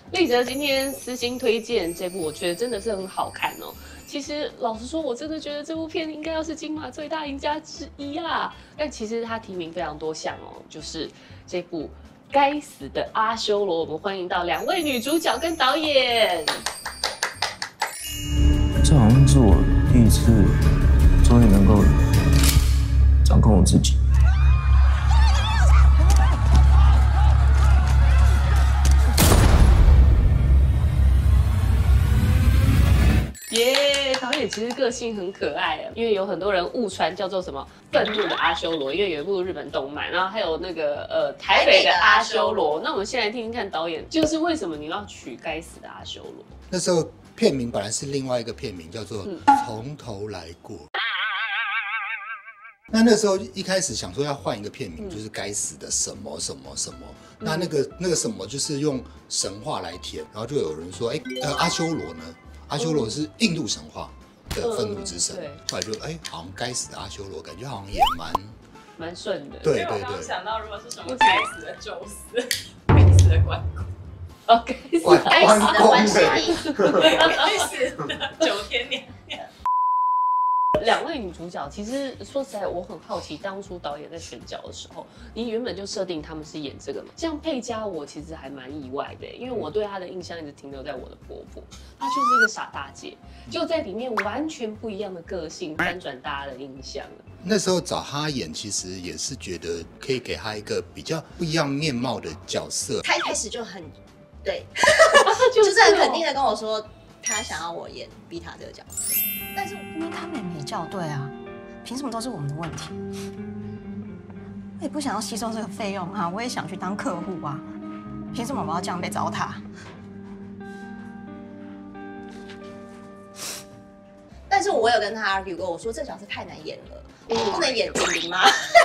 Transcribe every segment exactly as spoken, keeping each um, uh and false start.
立喆今天私心推荐这部，我觉得真的是很好看哦。其实老实说，我真的觉得这部片应该要是金马最大赢家之一啊。但其实他提名非常多项哦，就是这部《该死的阿修罗》。我们欢迎到两位女主角跟导演。 这好像是我第一次终于能够掌控我自己。 耶，导演其实个性很可爱啊，因为有很多人误传叫做什么愤怒的阿修罗，因为有一部日本动漫，然后还有那个呃台北的阿修罗。那我们先来听听看导演，就是为什么你要取该死的阿修罗？ 那时候片名本来是另外一个片名，叫做《从头来过》。那那时候一开始想说要换一个片名，就是该死的什么什么什么。那那个那个什么就是用神话来填，然后就有人说，哎，呃，阿修罗呢？阿修罗是印度神话的愤怒之神。后来就哎，好像该死的阿修罗，感觉好像也蛮蛮顺的。 对对对。 我刚想到，如果是什么该死的宙斯，该死的关公。 哦，该死该死的关西， 该死的九天娘娘。 两位女主角，其实说实在，我很好奇，当初导演在选角的时候，你原本就设定他们是演这个嘛？像佩嘉，我其实还蛮意外的，因为我对她的印象一直停留在我的婆婆，她就是一个傻大姐，就在里面完全不一样的个性，翻转大家的印象了。 那时候找她演，其实也是觉得可以给她一个比较不一样面貌的角色。 她一开始就很对， 就就是很肯定的跟我说，她想要我演碧塔这个角色。但是因为他们也没校对啊，凭什么都是我们的问题？我也不想要吸收这个费用啊，我也想去当客户啊，凭什么我要这样被糟蹋？ 但是我有跟他 argue 过，我说这角色太难演了，我不能演玲玲吗？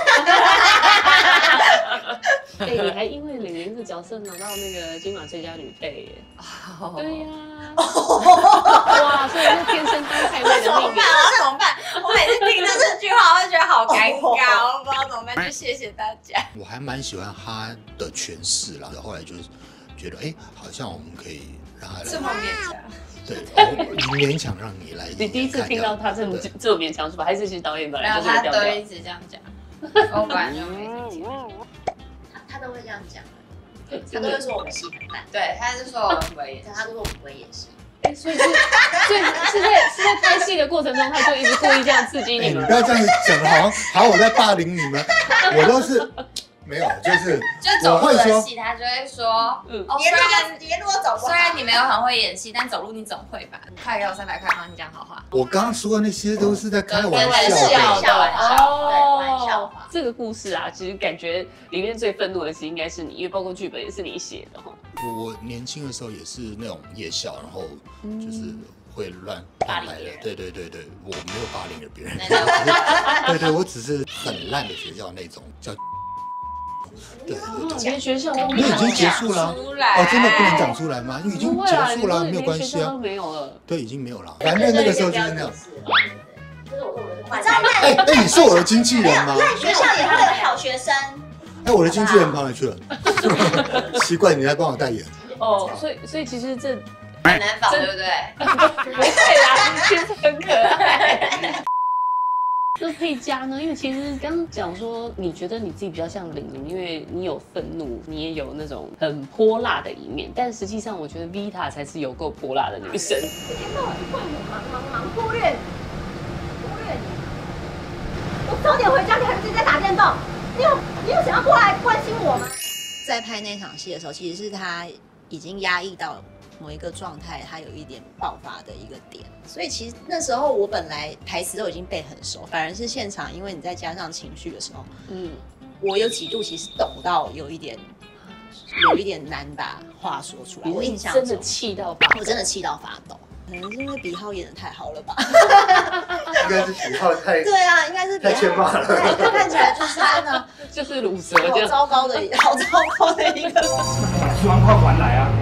哎、欸，你还因为玲玲这角色拿到那个金马最佳女配耶？ 哦、 对呀、啊，哇，所以是天生当菜味的怎么办啊？怎么办？我每次听到这句话，我会觉得好尴尬，我不知道怎么办。就谢谢大家。 我还蛮喜欢他的诠释啦，后来就是觉得，哎、欸，好像我们可以让他来这么勉强。 对，我勉强让你来。 你第一次听到他这么这么勉强是吧？还是其实导演本来就是他都一直这样讲，我本来就没听见。 他他都会这样讲，他都会说我们戏很烂。 对，他是说我们不会演戏， 他都说我们不会演戏。 哎，所以是，所以是在是在拍戏的过程中，他就一直故意这样刺激你们。 你不要这样子讲的，好像好像我在霸凌你们，我都是。没有，就是就走路的戏，他就会说，嗯，哦，虽然沿路走， 虽然你没有很会演戏，但走路你总会吧？快给我三百块，帮你讲好话。 我刚刚说的那些都是在开玩笑的， 玩笑，玩笑，对，玩笑话。 这个故事啊，其实感觉里面最愤怒的是应该是你，因为包括剧本也是你写的哈。 我年轻的时候也是那种夜校，然后就是会乱乱来的。对对对对，我没有霸凌了别人，对对，我只是很烂的学校那种叫。对， 连学校都你已经结束了，哦，真的不能讲出来吗？因为已经结束了，没有关系啊， 没有了， 对，已经没有了。反正那个时候就是那样。 就是我说我的，你知道哎哎，你是我的经纪人吗？ 在学校也会有好学生。 哎，我的经纪人跑哪去了？奇怪，你来帮我代言。 哦，所以所以其实这很难仿，对不对？ 不会啦，其实很可爱。那佩嘉呢？因为其实刚刚讲说，你觉得你自己比较像玲玲，因为你有愤怒，你也有那种很泼辣的一面。但实际上，我觉得 Vita 才是有够泼辣的女生。 一天到晚怪我忙忙忙，忽略忽略你。我早点回家，你还自己在打电动。你有你有想要过来关心我吗？ 在拍那场戏的时候，其实是他已经压抑到某一个状态，他有一点爆发的一个点，所以其实那时候我本来台词都已经背很熟，反而是现场，因为你再加上情绪的时候，嗯，我有几度其实抖到有一点，有一点难把话说出来。我印象中真的气到发抖， 我真的气到发抖，可能是因为比浩演的太好了吧？ 应该是比浩太对啊，应该是比太欠骂了， 他看起来就是真的就是乳蛇， 好糟糕的，好糟糕的一个。 把希望炮还来啊！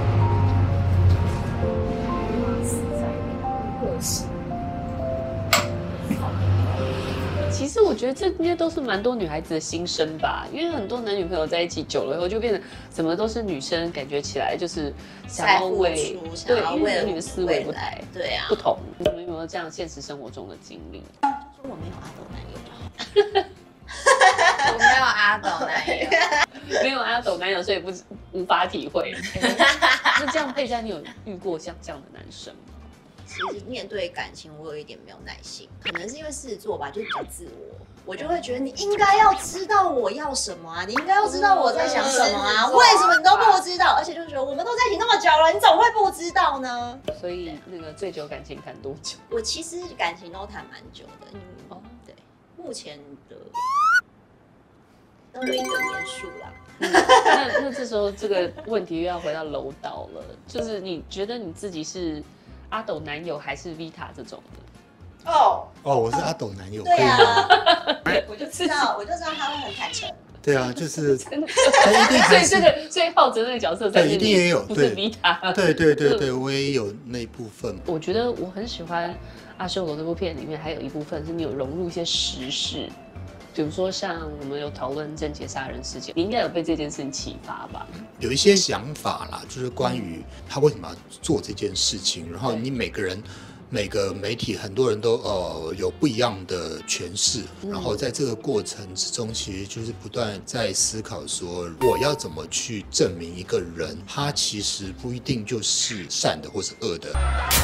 其实我觉得得这应该都是蛮多女孩子的心声吧，因为很多男女朋友在一起久了以后，就变得怎么都是女生，感觉起来就是想要为对，因为男女的思维不太对啊不同。你们有没有这样现实生活中的经历？ 说我没有阿斗男友。 我没有阿斗男友， 没有阿斗男友，所以不无法体会。那这样佩嘉，你有遇过像这样的男生吗？ 其实面对感情，我有一点没有耐心，可能是因为狮子座吧，就是比较自我。我就会觉得你应该要知道我要什么啊，你应该要知道我在想什么啊，为什么你都不知道？而且就觉得我们都在一起那么久了，你怎么会不知道呢？ 所以那个最久感情谈多久？ 我其实感情都谈蛮久的，嗯，哦，对，目前的都有一个年数啦。 嗯、那那这时候这个问题又要回到楼导了，就是你觉得你自己是阿斗男友还是 Vita 这种的？ 哦哦，我是阿斗男友， 对可以吗？ 啊，我就知道，我就知道他会很坦诚。 对啊，就是真的， 他一定所还是以这个所以浩哲那个角色才对， 是一定也有不是对 Vita。 对对对对，我也有那一部分。 我觉得我很喜欢阿修罗这部片里面还有一部分是你有融入一些时事，比如说像我们有讨论郑捷杀人事件，你应该有被这件事情启发吧？ 有一些想法啦，就是关于他为什么要做这件事情，然后你每个人。每个媒体很多人都呃有不一样的诠释，然后在这个过程之中，其实就是不断在思考说，我要怎么去证明一个人，他其实不一定就是善的或是恶的。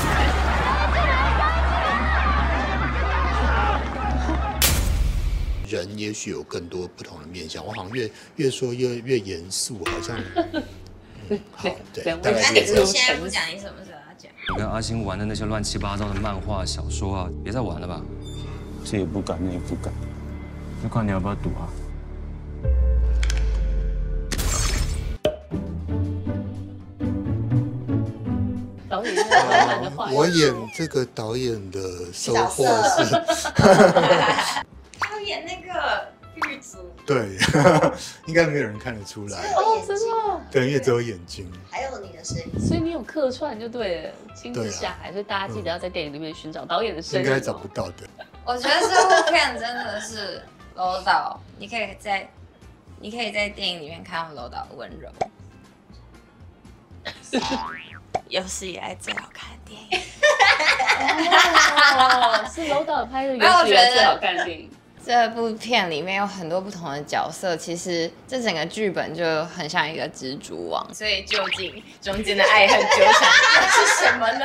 人也许有更多不同的面向，我好像越越说越越严肃，好像。嗯、好，对，大概那你是这样。 现在不讲，你什么时候要讲？ 我跟阿星玩的那些乱七八糟的漫画、小说啊，别再玩了吧。 这也不敢，那也不敢，就看你要不要赌啊。 导演在满满的话， 我演这个导演的收获是， 他演那个狱卒， 对，应该没有人看得出来。 哦，真的， 对，因为只有眼睛。 还有你的声音， 所以你有客串就对了，亲自下海，所以大家记得要在电影里面寻找导演的身影。 应该找不到的。 我觉得这部片真的是楼导，你可以在你可以在电影里面看到楼导的温柔。有史以来最好看的电影， 哦，是楼导拍的有史以来最好看的电影。 这部片里面有很多不同的角色，其实这整个剧本就很像一个蜘蛛网，所以究竟中间的爱恨纠缠是什么呢？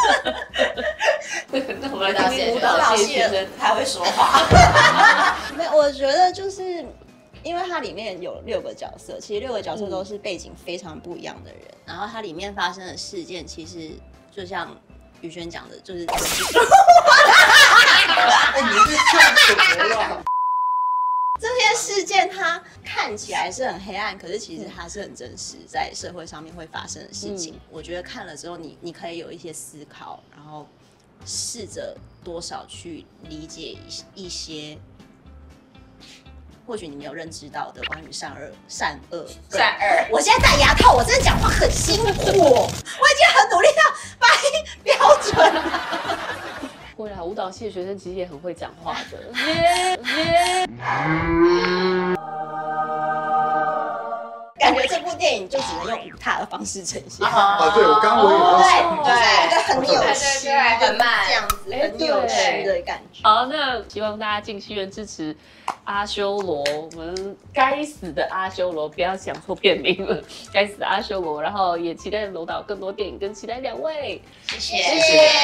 那我们来听听舞蹈系学生还会说话。没有，我觉得就是因为它里面有六个角色，其实六个角色都是背景非常不一样的人，嗯、然后它里面发生的事件，其实就像宇轩讲的，就是。 哎，你在唱什么啦？ 这些事件它看起来是很黑暗，可是其实它是很真实，在社会上面会发生的事情。嗯、我觉得看了之后你，你你可以有一些思考，然后试着多少去理解一些，或许你没有认知到的关于善恶、善恶、 善恶。 我现在戴牙套，我真的讲话很辛苦，我已经很努力要发音标准了。 会啦，舞蹈系的学生其实也很会讲话的。耶耶！ 感觉这部电影就只能用舞踏的方式呈现。 啊，对，我刚刚我也在想， 对，一个很扭曲、 很慢这样子，很扭曲的感觉。 好，那希望大家进戏院支持阿修罗，我们该死的阿修罗，不要想错片名了，该死的阿修罗。然后也期待楼导更多电影，跟期待两位， 谢谢。 谢谢。